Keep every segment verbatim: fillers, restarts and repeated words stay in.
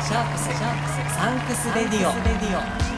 シャークスサンクスレディオ。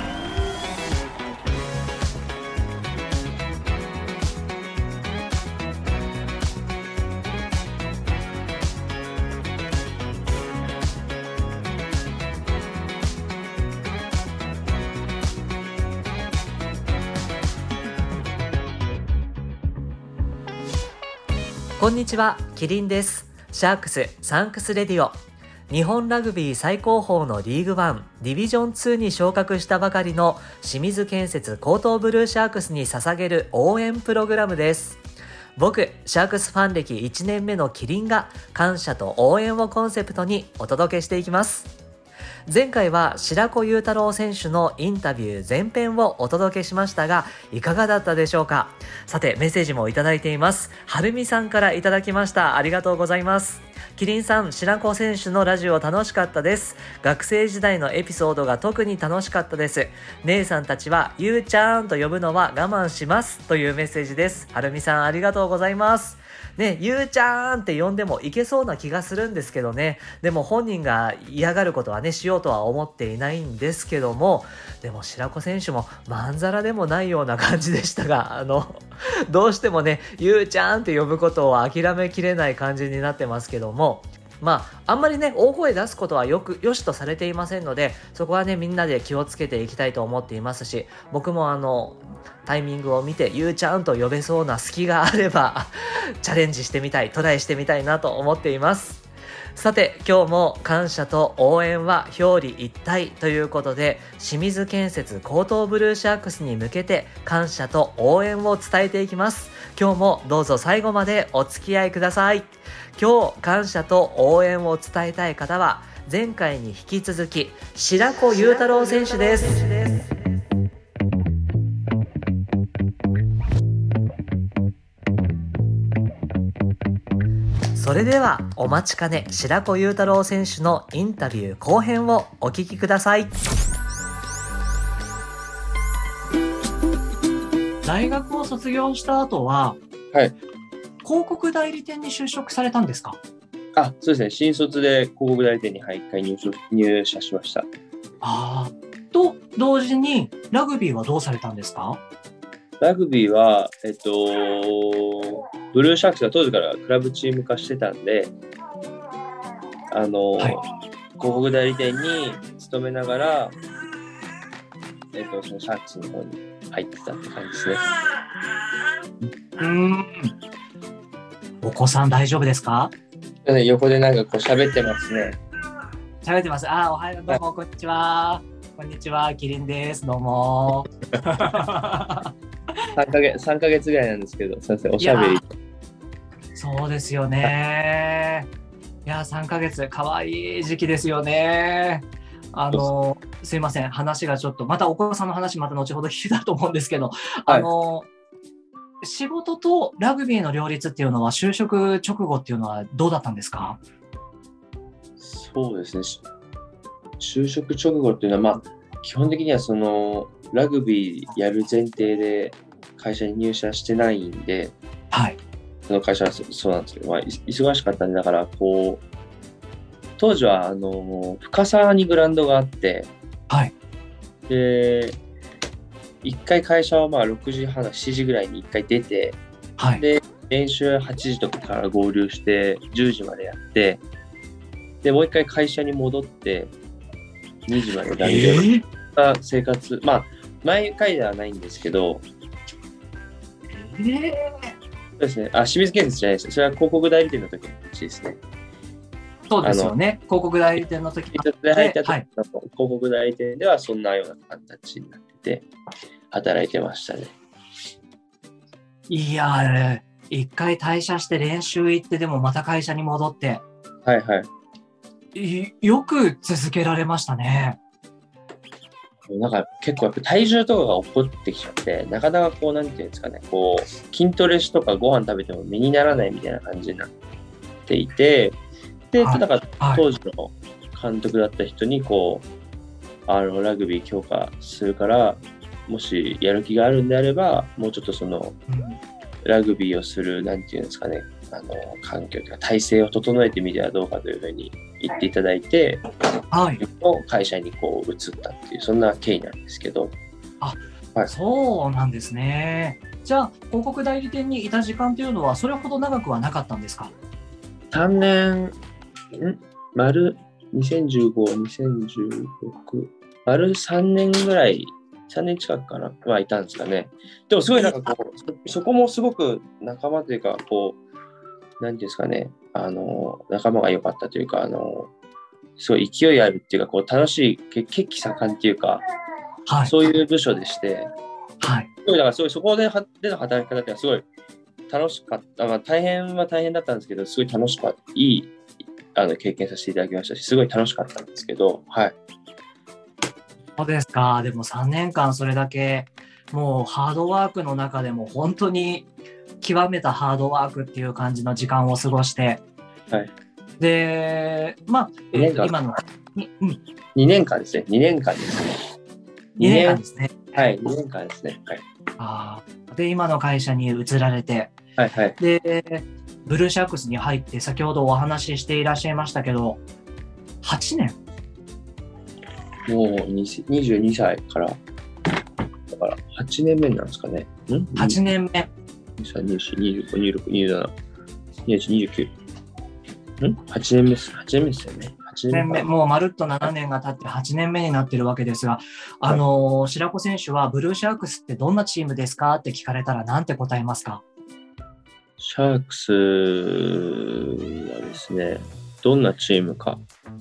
こんにちは、キリンです。シャークスサンクスレディオ。日本ラグビー最高峰のリーグワン、ディビジョンツーに昇格したばかりの清水建設高等ブルーシャークスに捧げる応援プログラムです。僕、シャークスファン歴いちねんめのキリンが感謝と応援をコンセプトにお届けしていきます。前回は白子優太郎選手のインタビュー前編をお届けしましたが、いかがだったでしょうか。さて、メッセージもいただいています。はるみさんからいただきました。ありがとうございます。キリンさん、白子選手のラジオ楽しかったです。学生時代のエピソードが特に楽しかったです。姉さんたちはゆうちゃんと呼ぶのは我慢しますというメッセージです。はるみさん、ありがとうございます。ね、ゆうちゃんって呼んでもいけそうな気がするんですけどね。でも本人が嫌がることはね、しようとは思っていないんですけども、でも白子選手もまんざらでもないような感じでしたが、あの、どうしてもね、ゆうちゃんって呼ぶことを諦めきれない感じになってますけども、まあ、あんまりね、大声出すことはよく、よしとされていませんので、そこはね、みんなで気をつけていきたいと思っていますし、僕もあの、タイミングを見て、ゆうちゃんと呼べそうな隙があれば、チャレンジしてみたい、トライしてみたいなと思っています。さて、今日も感謝と応援は表裏一体ということで、清水建設高等ブルーシャークスに向けて感謝と応援を伝えていきます。今日もどうぞ最後までお付き合いください。今日感謝と応援を伝えたい方は、前回に引き続き白子優太郎選手です。それではお待ちかね白子優太郎選手のインタビュー後編をお聞きください。大学を卒業した後は、 はい、 広告代理店に就職されたんですか？ あ、そうですね。新卒で広告代理店に一回入社、入社しました。 ああ、と同時にラグビーはどうされたんですか？ ラグビーは、えっと、ブルーシャークスが当時からクラブチーム化してたんで、あの、はい、広告代理店に勤めながら、えっと、そのシャークスの方に入ってたって感じですね。 うーん。お子さん大丈夫ですか？ 横でなんかこう喋ってますね。 喋ってます。あ、おはよう、どうも、こんにちは。こんにちは、キリンです。どうも。 さんかげつ、さんかげつぐらいなんですけど、すいません、おしゃべり。 そうですよね。いや、さんかげつ、かわいい時期ですよね。あの、すいません、話がちょっと、またお子さんの話、また後ほど聞いたと思うんですけど、はい、あの、仕事とラグビーの両立っていうのは、就職直後っていうのはどうだったんですか？ そうですね。就職直後っていうのは、まあ、基本的にはその、ラグビーやる前提で会社に入社してないんで、 はい。 その会社はそうなんですけど、まあ、忙しかったんで、だから、こう、当時は、あの、深沢にグラウンドがあって、 はい。 で、一回会社はまあろくじはん、しちじぐらいに一回出て、 はい、 で、練習はちじとかから合流してじゅうじまでやって、で、もう一回会社に戻って、にじまで残業した生活、えー、まあ、毎回ではないんですけど、 えー、 そうですね、あ、清水建設じゃないです。それは広告代理店の時の話ですね。 そうですよね。広告代理店の時で入った時の広告代理店ではそんなような形になってて、働いてましたね。 いや、一回退社して練習行って、でもまた会社に戻って。 はいはい。 よく続けられましたね。 なんか結構やっぱ体重とかが起こってきちゃって、なかなかこう、なんていうんですかね、こう、筋トレしとかご飯食べても身にならないみたいな感じになっていて、で、はい、なんか当時の監督だった人にこう、あの、ラグビー強化するから、もしやる気があるんであれば、もうちょっとその、うん、ラグビーをする、なんていうんですかね、あの、環境というか体制を整えてみてはどうかというふうに言っていただいて、 はい。 の会社にこう移ったっていう、そんな経緯なんですけど。 あ、 はい、 そうなんですね。じゃあ、広告代理店にいた時間というのは、それほど長くはなかったんですか？ さんねん、ん丸、にせんじゅうご、にせんじゅうろく、丸さんねんぐらい、さんねん近くかな、はいたんですかね。でもすごいなんかこう、そ, そこもすごく仲間というか、こう、なんていうんですかね、あの、仲間が良かったというか、あの、すごい勢いあるっていうか、こう、楽しい、血気盛んっていうか、 はい。 そういう部署でして、 はい。 すごいだからすごいそこででの働き方ってすごい楽しかった、まあ、大変は大変だったんですけど、すごい楽しかった、いいあの経験させていただきましたし、すごい楽しかったんですけど、はい。 そうですか。でもさんねんかんそれだけ、もうハードワークの中でも本当に極めたハードワークっていう感じの時間を過ごして、 はい、 で、まあ、えーと今の、うん、 にねんかんですね。にねんかんですね。 にねんかんですね。 はい、にねんかんですね。はい。 あで、今の会社に移られて、 はいはい。 で、ブルーシャークスに入って、先ほどお話ししていらっしゃいましたけど、はちねん。 もうにじゅうにさいから、だからはちねんめなんですかね。んはちねんめ。 にじゅうさん、にじゅうよん、にじゅうご、にじゅうろく、にじゅうなな、にじゅうはち、にじゅうきゅう。ん ?はち 年目です。はちねんめですよね。はちねんめ。 もうまるっとななねんが経ってはちねんめになってるわけですが、あの、白子選手はブルーシャークスってどんなチームですかって聞かれたらなんて答えますか？ シャークスはですね、どんなチームか。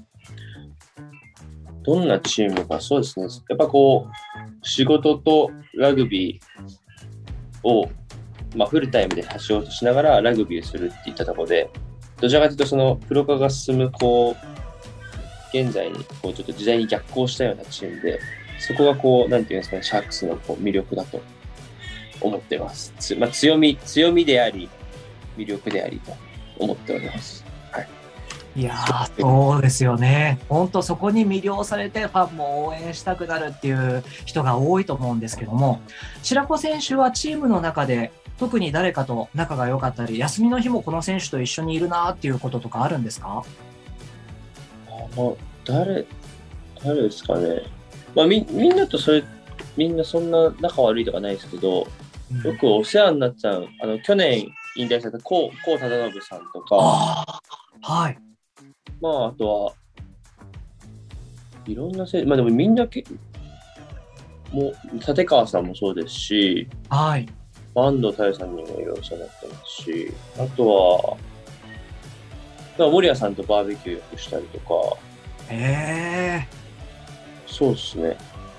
どんなチームか、そうですね。やっぱこう、仕事とラグビーを、まあ、フルタイムで仕事しながらラグビーをするっていったところで、どちらかというとそのプロ化が進む、こう、現在にこうちょっと時代に逆行したようなチームで、そこがこう、なんていうんですかね、シャークスのこう魅力だと思ってます。つまあ、強み、強みであり、魅力でありと思っております。はい。 いやー、そうですよね。本当そこに魅了されてファンも応援したくなるっていう人が多いと思うんですけども、白子選手はチームの中で特に誰かと仲が良かったり、休みの日もこの選手と一緒にいるなっていうこととかあるんですか？ あ、まあ、誰、誰ですかね。まあ、み、みんなとそれ、みんなそんな仲悪いとかないですけど、よくお世話になっちゃう、あの、去年引退されたコウ・タダノブさんとか、 あはい。 まあ、あとは、いろんな選手、まあでもみんなけ、もう、立川さんもそうですし、 はい。 安藤太さんにもいろいろお世話になってますし、あとは、まあ守屋さんとバーベキューよくしたりとか、 へえ。 そうですね。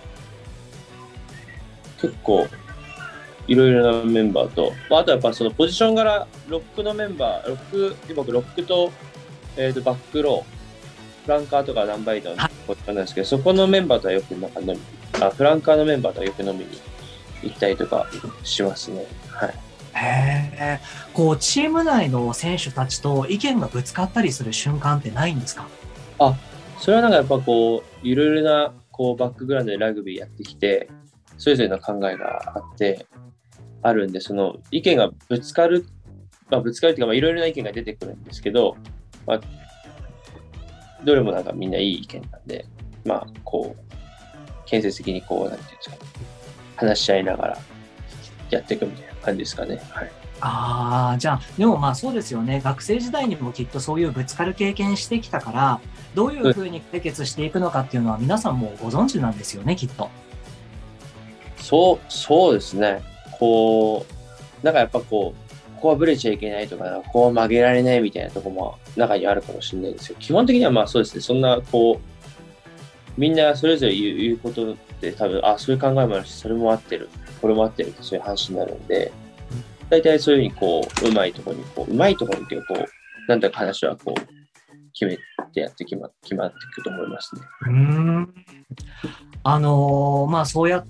結構、いろいろなメンバーと、まあ、あとはやっぱそのポジション柄、ロックのメンバー、ロック、僕ロックと、えーとバックロー、フランカーとかナンバーエイトのポジションなんですけど、そこのメンバーとはよくなんか飲み、あ、フランカーのメンバーとはよく飲みに行ったりとかしますね。はい。 へえ。こう、チーム内の選手たちと意見がぶつかったりする瞬間ってないんですか？ あ、それはなんかやっぱこう、いろいろなこうバックグラウンドでラグビーやってきて、それぞれの考えがあって、あるんで、その意見がぶつかる、まあ、ぶつかるっていうか、まあ、いろいろな意見が出てくるんですけど、まあ、どれもなんかみんないい意見なんで、まあ、こう、建設的にこう、なんていうんですかね、話し合いながらやっていくみたいな感じですかね。はい。 ああ、じゃあ、でもまあそうですよね。学生時代にもきっとそういうぶつかる経験してきたから、どういうふうに解決していくのかっていうのは皆さんもご存知なんですよね、きっと。 そう、そうですね。こう、なんかやっぱこう、ここはブレちゃいけないとか、ここは曲げられないみたいなところも中にあるかもしれないですよ。基本的にはまあそうですね。そんなこう、みんなそれぞれ言う言うことって多分、あ、そういう考えもあるし、それも合ってる、これも合ってるってそういう話になるんで、大体そういうふうにこう、うまいところにこう、うまいところにっていうかこう、なんだか話はこう、決めてやって決ま決まっていくと思いますね。 うーん。あのーまあそうやって、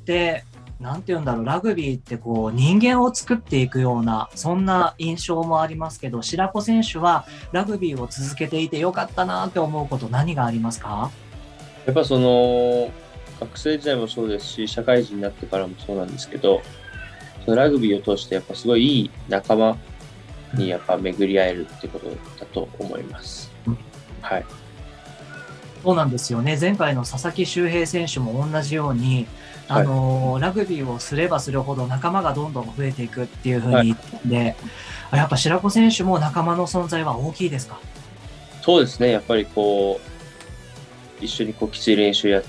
なんて言うんだろう、ラグビーってこう人間を作っていくような、そんな印象もありますけど、白子選手はラグビーを続けていてよかったなって思うこと何がありますか？ やっぱその、学生時代もそうですし、社会人になってからもそうなんですけど、そのラグビーを通してやっぱすごいいい仲間にやっぱ巡り合えるってことだと思います。はい。 そうなんですよね。前回の佐々木秀平選手も同じように、あの、はい、ラグビーをすればするほど仲間がどんどん増えていくっていうふうに言ってて、はい、やっぱ白子選手も仲間の存在は大きいですか？ そうですね。やっぱりこう、一緒にこうきつい練習やって、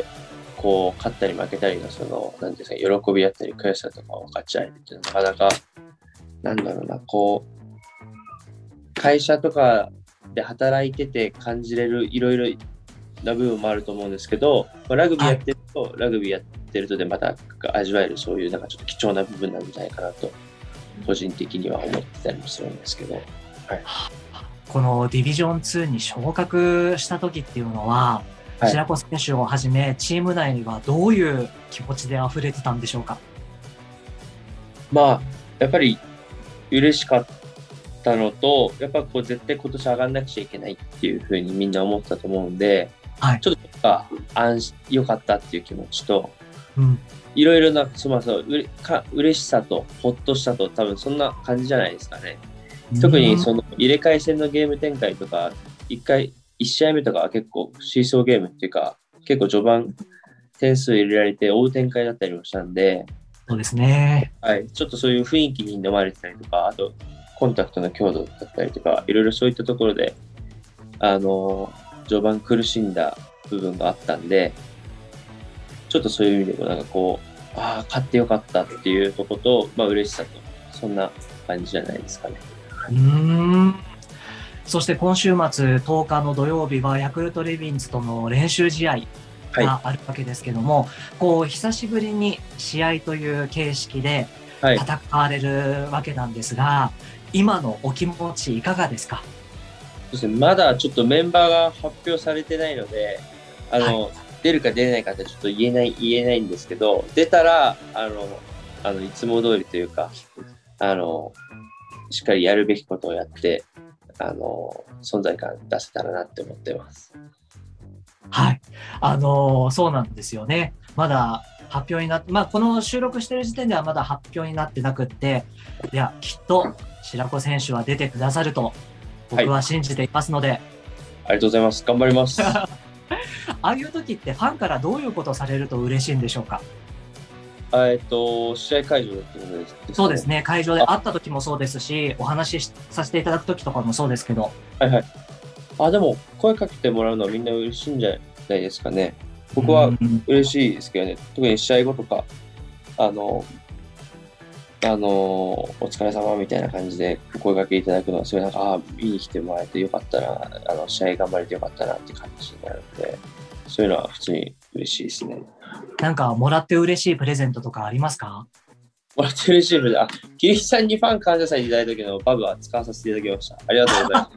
こう、勝ったり負けたりのその、なんていうんですか、喜びだったり悔しさとかを分かち合えるっていうのはなかなか、なんだろうな、こう、会社とかで働いてて感じれるいろいろな部分もあると思うんですけど、まあ、ラグビーやってると、はい、ラグビーやってるとでまた味わえるそういうなんかちょっと貴重な部分なんじゃないかなと、個人的には思ってたりもするんですけど。はい、 このディビジョンツーに昇格した時っていうのは、はい、白子選手をはじめチーム内にはどういう気持ちで溢れてたんでしょうか？ まあやっぱり嬉しかったのと、やっぱこう絶対今年上がんなくちゃいけないっていうふうにみんな思ったと思うんで、はい、ちょっと安心良かったっていう気持ちと、うん、いろいろなそもそもうれか嬉しさとほっとしたと、多分そんな感じじゃないですかね。特にその入れ替え戦のゲーム展開とか、一回いち試合目とかは結構シーソーゲームっていうか、結構序盤点数入れられて追う展開だったりもしたんで、 そうですね。 はい、ちょっとそういう雰囲気に飲まれてたりとか、あとコンタクトの強度だったりとか、いろいろそういったところで、あの序盤苦しんだ部分があったんで、ちょっとそういう意味でもなんかこう、ああ、勝ってよかったっていうところと、まあ嬉しさと、そんな感じじゃないですかね。 うーん。そして今週末とおかの土曜日はヤクルトレビンズとの練習試合があるわけですけども、はい、こう久しぶりに試合という形式で戦われるわけなんですが、はい、今のお気持ちいかがですか？ そうですね、まだちょっとメンバーが発表されてないので、あの、はい、出るか出ないかってちょっと言えない言えないんですけど、出たらあのあのいつも通りというか、あのしっかりやるべきことをやって、あの存在感出せたらなって思ってます。 はい、あのー、そうなんですよね。まだ発表になって、まあこの収録してる時点ではまだ発表になってなくって、いやきっと白子選手は出てくださると僕は信じていますので、はい、 ありがとうございます。頑張ります。 ああいう時ってファンからどういうことをされると嬉しいんでしょうか？ えっと、試合会場ってことですかね。 そうですね。会場で会った時もそうですし、お話しさせていただく時とかもそうですけど。 はいはい。あ、でも、声かけてもらうのはみんな嬉しいんじゃないですかね。僕は嬉しいですけどね。特に試合後とか、あの、あの、お疲れ様みたいな感じでお声掛けいただくのは、すごいなんか、ああ、見に来てもらえてよかったな、あの、試合頑張れてよかったなって感じになるので、そういうのは普通に嬉しいですね。 なんか、もらって嬉しいプレゼントとかありますか？ もらって嬉しいプレゼント。あ、キリさんにファン感謝祭いただいた時のバブは使わさせていただきました。ありがとうございます。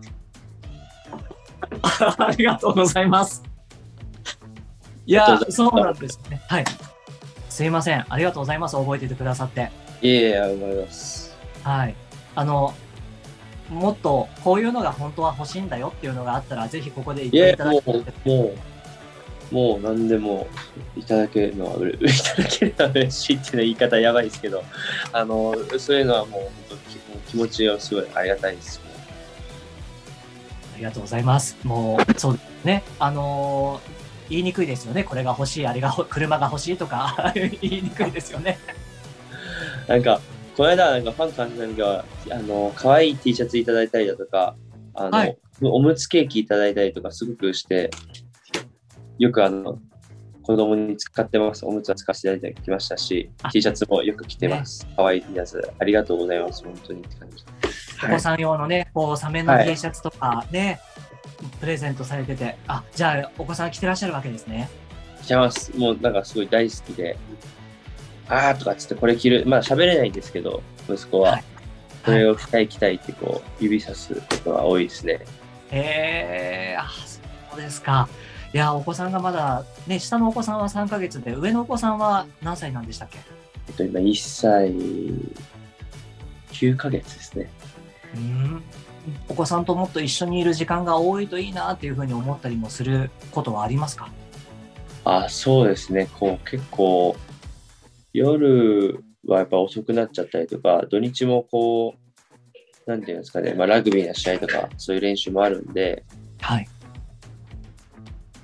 ありがとうございます。いや、そうなんですね。はい。すいません。ありがとうございます。覚えていてくださって。 いえいえ、ありがとうございます。 はい。あの、もっとこういうのが本当は欲しいんだよっていうのがあったら、ぜひここで言っていただきたい。 もう、もう何でもいただけるのは、いただけるのは嬉しいっていうのは言い方やばいですけど、あの、そういうのはもう本当気持ちがすごいありがたいです。 ありがとうございます。もう、そうですね。あのー、言いにくいですよね。これが欲しい、あれが、車が欲しいとか言いにくいですよね。 なんか、この間、なんかファン感じたのが、あの、可愛い T シャツいただいたりだとか、あの、はい、おむつケーキいただいたりとかすごくして、よくあの、子供に使ってます。おむつは使わせていただいてきましたし、T シャツもよく着てます。可愛い T シャツ、ありがとうございます。本当にって感じ。 お子さん用のね、こう、サメの T シャツとかね、はい、プレゼントされてて、あ、じゃあ、お子さん着てらっしゃるわけですね。 着てます。もうなんかすごい大好きで、あーとかつってこれ着る、まあ喋れないんですけど、息子は、はい、これを着たい着たいってこう、指さすことが多いですね。 へえー、あ、そうですか。いや、お子さんがまだ、ね、下のお子さんはさんかげつで、上のお子さんは何歳なんでしたっけ？ えっと、今いっさいきゅうかげつですね。 うん。お子さんともっと一緒にいる時間が多いといいなっていうふうに思ったりもすることはありますか？ あ、そうですね。こう、結構、夜はやっぱ遅くなっちゃったりとか、土日もこう、なんていうんですかね、まあ、ラグビーの試合とか、そういう練習もあるんで、 はい。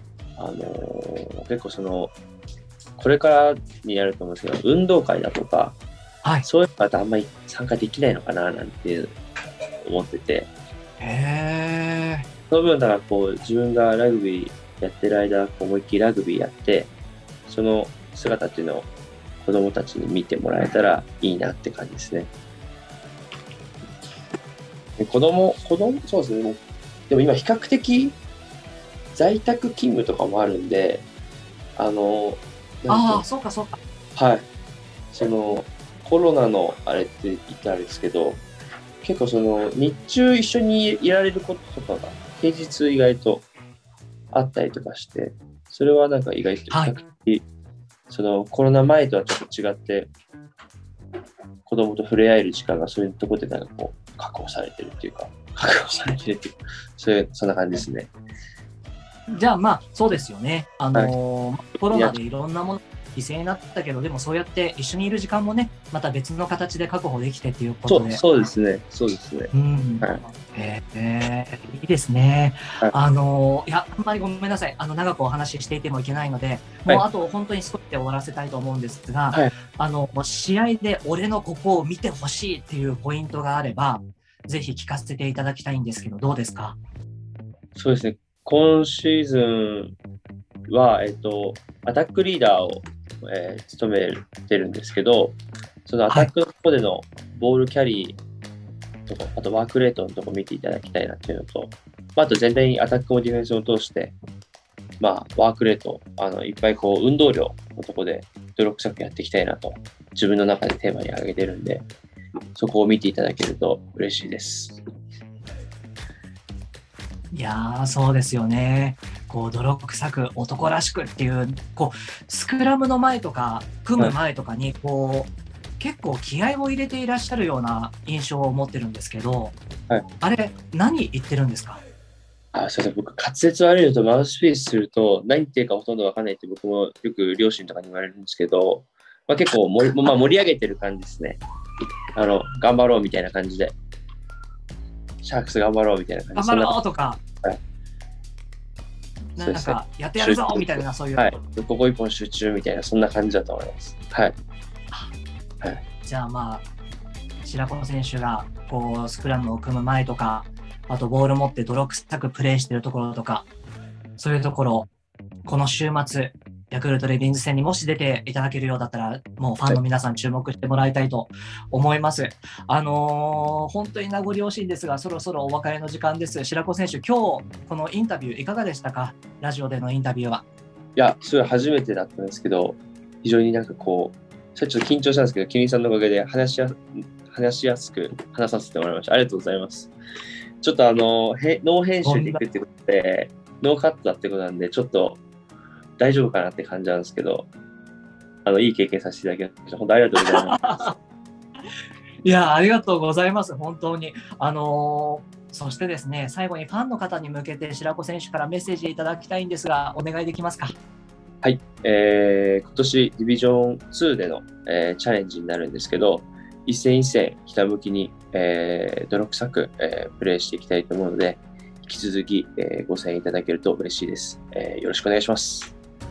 あのー結構その、これからになると思うんですけど、運動会だとか、 はい。 そういうのだとあんまり参加できないのかななんて思ってて、 へえ。 その分だからこう自分がラグビーやってる間、こう思いっきりラグビーやって、その姿っていうのを子供たちに見てもらえたらいいなって感じですね。で子供、子供、そうですね。もうでも今比較的在宅勤務とかもあるんで、あの、なんていうああ、 の、 そうかそうか。 はい。その、コロナのあれって言ったらあれですけど、結構その、日中一緒にいられることとかが、平日意外とあったりとかして、それはなんか意外と比はい。 較的、そのコロナ前とはちょっと違って、子供と触れ合える時間がそういうところでなんかこう、確保されてるっていうか、確保されてるっていうか、そういう、そんな感じですね。 じゃあまあそうですよね。あはい。 のーコロいや、 ナでいろんなもの犠牲になったけど、でもそうやって一緒にいる時間もね、また別の形で確保できてっていうこそう、 とで。 そうですね。そうですね。 うん。 はい。 えーえーいいですね。 はい。 あのーいや、あんまりごめんなさい。あの、長くお話ししていてもいけないので、 はい。 もうあと本当に少しで終わらせたいと思うんですが、 はい。 あの、試合で俺のここを見てほしいっていうポイントがあれば、ぜひ聞かせていただきたいんですけど、どうですか？ そうですね。今シーズンは、えっと、アタックリーダーを、えー務めてるんですけど、そのアタはい。 ックのとこでのボールキャリーとか、あとワークレートのとこ見ていただきたいなっていうのと、まあ、あと全体にアタックもディフェンスを通して、まあ、ワークレート、あの、いっぱいこう、運動量のとこで努力作やっていきたいなと、自分の中でテーマに挙げてるんで、そこを見ていただけると嬉しいです。 いやー、そうですよね。こう、泥臭く、男らしくっていう、こう、スクラムの前とか、組むはい。 前とかに、こう、結構気合を入れていらっしゃるような印象を持ってるんですけど、 はい。 あれ、何言ってるんですか？ あ、すいません。僕、滑舌悪いのとマウスピースすると、何言ってるかほとんどわかんないって僕もよく両親とかに言われるんですけど、まあ、結構盛り、まあ、盛り上げてる感じですね。あの、頑張ろうみたいな感じで。シャークス頑張ろうみたいな感じ。 頑張そんな、 ろうとか、 はい、そうですね。 なんか、やってやる集中。 ぞみたいな、そういう。 はい。ここ一本集中みたいな、そんな感じだと思います。はい。はい。 じゃあまあ、白子選手が、こう、スクラムを組む前とか、あとボール持って泥臭くプレーしてるところとか、そういうところ、この週末、ヤクルトレディーンズ戦にもし出ていただけるようだったら、もうファンの皆さん注目してもらいたいと思います。あのー本当に名残惜しいんですが、そろそろお別れの時間です。白子選手、今日、このインタビューいかがでしたか？ラジオでのインタビューは。 いや、それは初めてだったんですけど、非常になんかこう、それちょっと緊張したんですけど、キリンさんのおかげで話しや話しやすく話させてもらいました。ありがとうございます。ちょっとあの、へノー編集でいくってことで、ノーカットだってことなんで、ちょっと大丈夫かなって感じなんですけど、あの、いい経験させていただきました。本当ありがとうございます。 いや、ありがとうございます。本当に。あのーそしてですね、最後にファンの方に向けて白子選手からメッセージいただきたいんですが、お願いできますか？ はい。えー、今年ディビジョンツーでの、えーチャレンジになるんですけど、一戦一戦ひたむきに、えー泥臭く、えープレーしていきたいと思うので、引き続き、えーご声援いただけると嬉しいです。えーよろしくお願いします。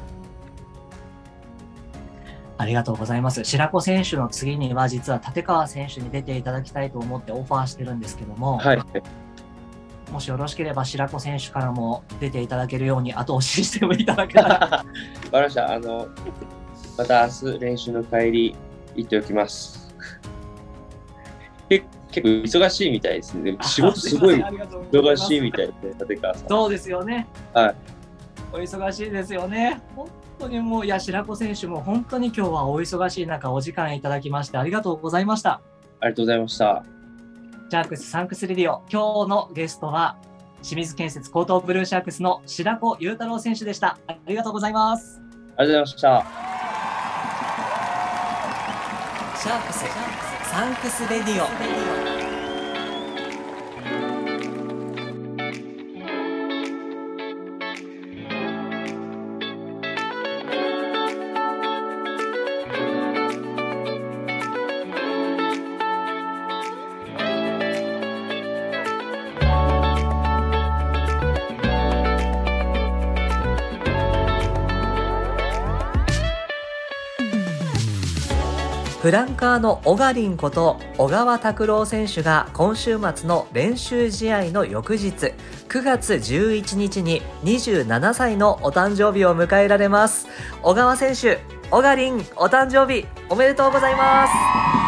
ありがとうございます。白子選手の次には、実は立川選手に出ていただきたいと思ってオファーしてるんですけども、 はい。 もしよろしければ白子選手からも出ていただけるように後押ししてもいただけたら。 わかりました。あの、また明日練習の帰り行っておきます。け結構忙しいみたいですね。でも仕事すごい忙しいみたいですね、立川さん。 そうですよね。 はい。 お忙しいですよね。本当にもう、いや、白子選手も本当に今日はお忙しい中、お時間いただきましてありがとうございました。 ありがとうございました。 シャークスサンクスレディオ、今日のゲストは、清水建設高等ブルーシャークスの白子雄太郎選手でした。ありがとうございます。 ありがとうございました。 シャークスサンクスレディオ。 フランカーのオガリンこと小川拓郎選手が今週末の練習試合の翌日くがつじゅういちにちににじゅうななさいのお誕生日を迎えられます。小川選手、オガリンお誕生日おめでとうございます。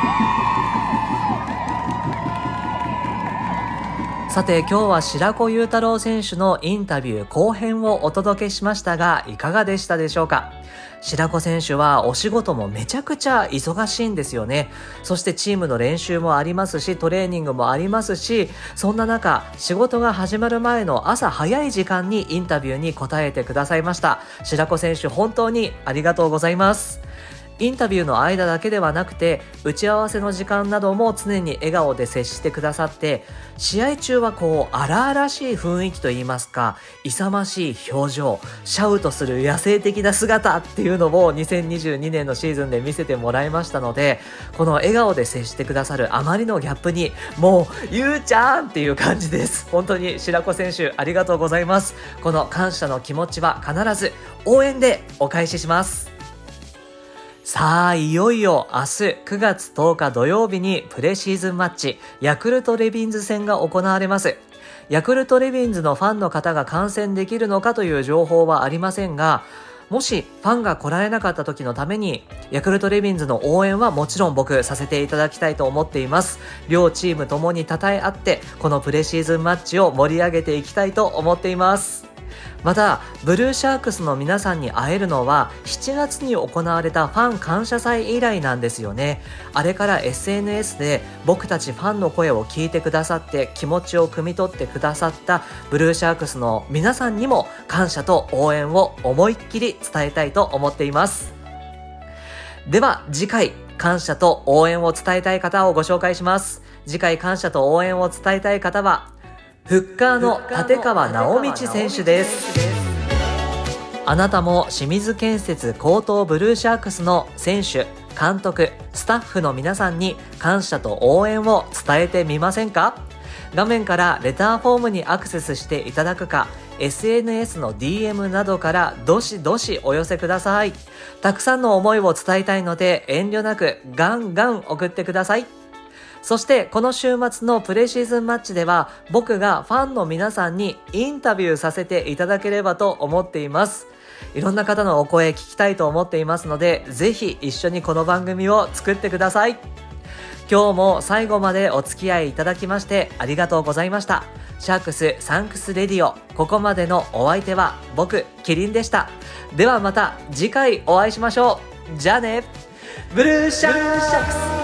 さて今日は白子優太郎選手のインタビュー後編をお届けしましたが、いかがでしたでしょうか。白子選手はお仕事もめちゃくちゃ忙しいんですよね。そしてチームの練習もありますし、トレーニングもありますし、そんな中仕事が始まる前の朝早い時間にインタビューに答えてくださいました。白子選手本当にありがとうございます。インタビューの間だけではなくて打ち合わせの時間なども常に笑顔で接してくださって、試合中はこう荒々しい雰囲気といいますか、勇ましい表情、シャウトする野生的な姿っていうのをにせんにじゅうにねんのシーズンで見せてもらいましたので、この笑顔で接してくださるあまりのギャップにもうゆうちゃんっていう感じです。本当に白子選手ありがとうございます。この感謝の気持ちは必ず応援でお返しします。さあいよいよ明日くがつとおか土曜日にプレシーズンマッチヤクルトレビンズ戦が行われます。ヤクルトレビンズのファンの方が観戦できるのかという情報はありませんが、もしファンが来られなかった時のためにヤクルトレビンズの応援はもちろん僕させていただきたいと思っています。両チームともに称え合ってこのプレシーズンマッチを盛り上げていきたいと思っています。またブルーシャークスの皆さんに会えるのはしちがつに行われたファン感謝祭以来なんですよね。あれから エスエヌエス で僕たちファンの声を聞いてくださって気持ちを汲み取ってくださったブルーシャークスの皆さんにも感謝と応援を思いっきり伝えたいと思っています。では次回感謝と応援を伝えたい方をご紹介します。次回感謝と応援を伝えたい方はフッカーの立川直道選手です。あなたも清水建設高等ブルーシャークスの選手、監督、スタッフの皆さんに感謝と応援を伝えてみませんか？画面からレターフォームにアクセスしていただくか、エスエヌエス の ディーエム などからどしどしお寄せください。たくさんの思いを伝えたいので遠慮なくガンガン送ってください。そしてこの週末のプレシーズンマッチでは僕がファンの皆さんにインタビューさせていただければと思っています。いろんな方のお声聞きたいと思っていますので、ぜひ一緒にこの番組を作ってください。今日も最後までお付き合いいただきましてありがとうございました。シャークスサンクスレディオ、ここまでのお相手は僕キリンでした。ではまた次回お会いしましょう。じゃあね、ブルーシャークス。